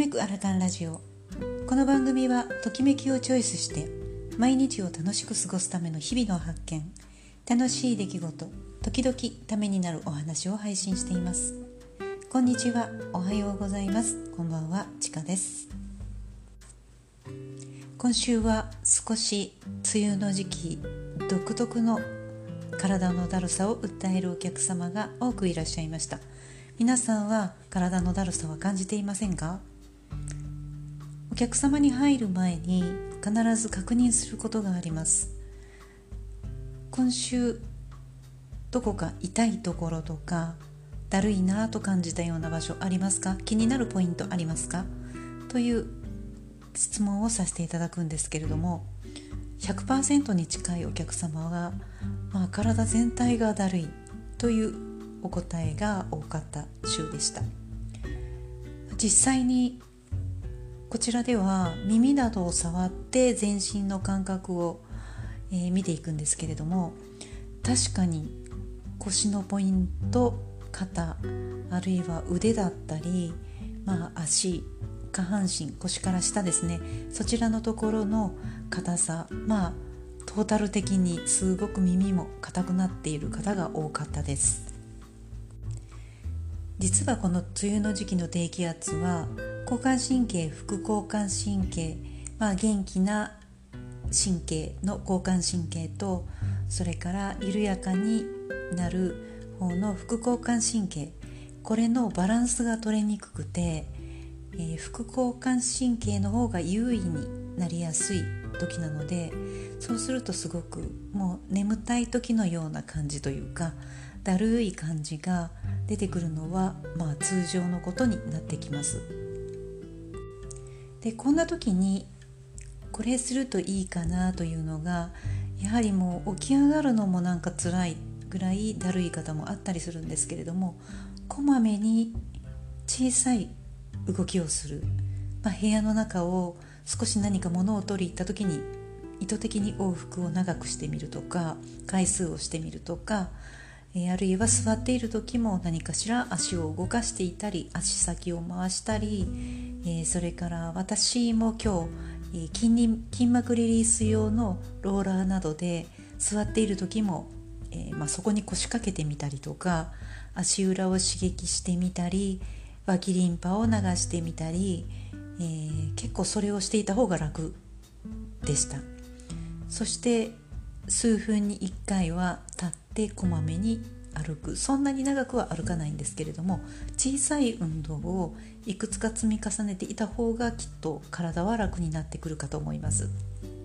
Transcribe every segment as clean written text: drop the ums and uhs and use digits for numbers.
めくアラタンラジオ。この番組はときめきをチョイスして毎日を楽しく過ごすための日々の発見、楽しい出来事、時々ためになるお話を配信しています。こんにちは、おはようございます。こんばんは、ちかです。今週は少し梅雨の時期独特の体のだるさを訴えるお客様が多くいらっしゃいました。皆さんは体のだるさは感じていませんか？お客様に入る前に必ず確認することがあります。今週どこか痛いところとかだるいなと感じたような場所ありますか？気になるポイントありますか？という質問をさせていただくんですけれども、 100% に近いお客様が、体全体がだるいというお答えが多かった週でした。実際にこちらでは耳などを触って全身の感覚を、見ていくんですけれども、確かに腰のポイント、肩、あるいは腕だったり、足、下半身、腰から下ですね、そちらのところの硬さ、トータル的にすごく耳も硬くなっている方が多かったです。実はこの梅雨の時期の低気圧は交感神経、副交感神経、元気な神経の交感神経と、それから緩やかになる方の副交感神経、これのバランスが取れにくくて、副交感神経の方が優位になりやすい時なので、そうするとすごくもう眠たい時のような感じというか、だるい感じが出てくるのは、通常のことになってきます。で、こんな時にこれするといいかなというのが、やはりもう起き上がるのも辛いぐらいだるい方もあったりするんですけれども、こまめに小さい動きをする、部屋の中を少し何か物を取り入った時に意図的に往復を長くしてみるとか、回数をしてみるとか、あるいは座っている時も何かしら足を動かしていたり、足先を回したり、それから私も今日、筋膜リリース用のローラーなどで座っている時も、そこに腰掛けてみたりとか、足裏を刺激してみたり、脇リンパを流してみたり、結構それをしていた方が楽でした。そして数分に1回は立ってこまめに歩く。そんなに長くは歩かないんですけれども、小さい運動をいくつか積み重ねていた方がきっと体は楽になってくるかと思います。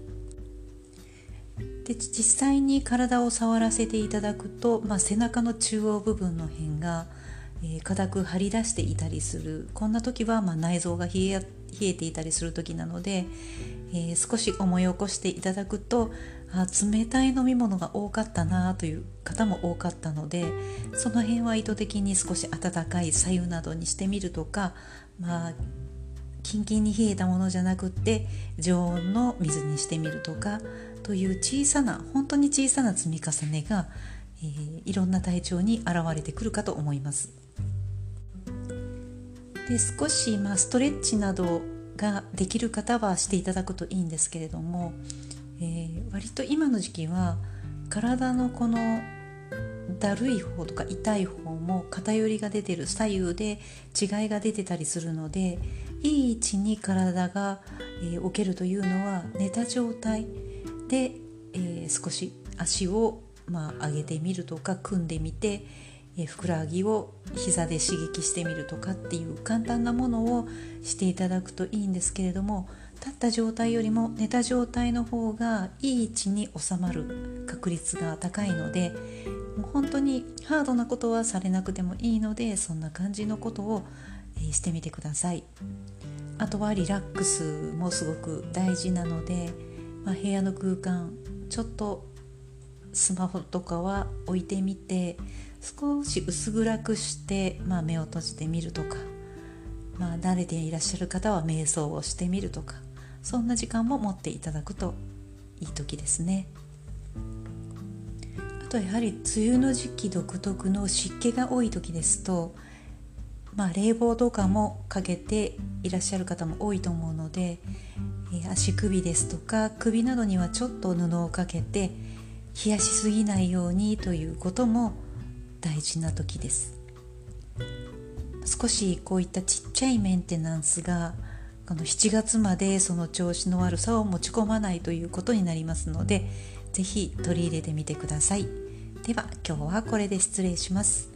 で、実際に体を触らせていただくと、背中の中央部分の辺が、硬く張り出していたりする。こんな時は、内臓が冷えていたりする時なので、少し思い起こしていただくと、冷たい飲み物が多かったなという方も多かったので、その辺は意図的に少し温かい白湯などにしてみるとか、キンキンに冷えたものじゃなくって常温の水にしてみるとかという本当に小さな積み重ねが、いろんな体調に現れてくるかと思います。で、少し、ストレッチなどができる方はしていただくといいんですけれども、割と今の時期は体のこのだるい方とか痛い方も偏りが出てる、左右で違いが出てたりするので、いい位置に体が、置けるというのは寝た状態で、少し足を上げてみるとか、組んでみて、ふくらはぎを膝で刺激してみるとかっていう簡単なものをしていただくといいんですけれども、立った状態よりも寝た状態の方がいい位置に収まる確率が高いので、もう本当にハードなことはされなくてもいいので、そんな感じのことをしてみてください。あとはリラックスもすごく大事なので、部屋の空間ちょっとスマホとかは置いてみて、少し薄暗くして、目を閉じてみるとか、慣れていらっしゃる方は瞑想をしてみるとか、そんな時間も持っていただくといい時ですね。あとやはり梅雨の時期独特の湿気が多い時ですと、 冷房とかもかけていらっしゃる方も多いと思うので、足首ですとか首などにはちょっと布をかけて冷やしすぎないようにということも大事な時です。少しこういったちっちゃいメンテナンスが7月までその調子の悪さを持ち込まないということになりますので、ぜひ取り入れてみてください。では今日はこれで失礼します。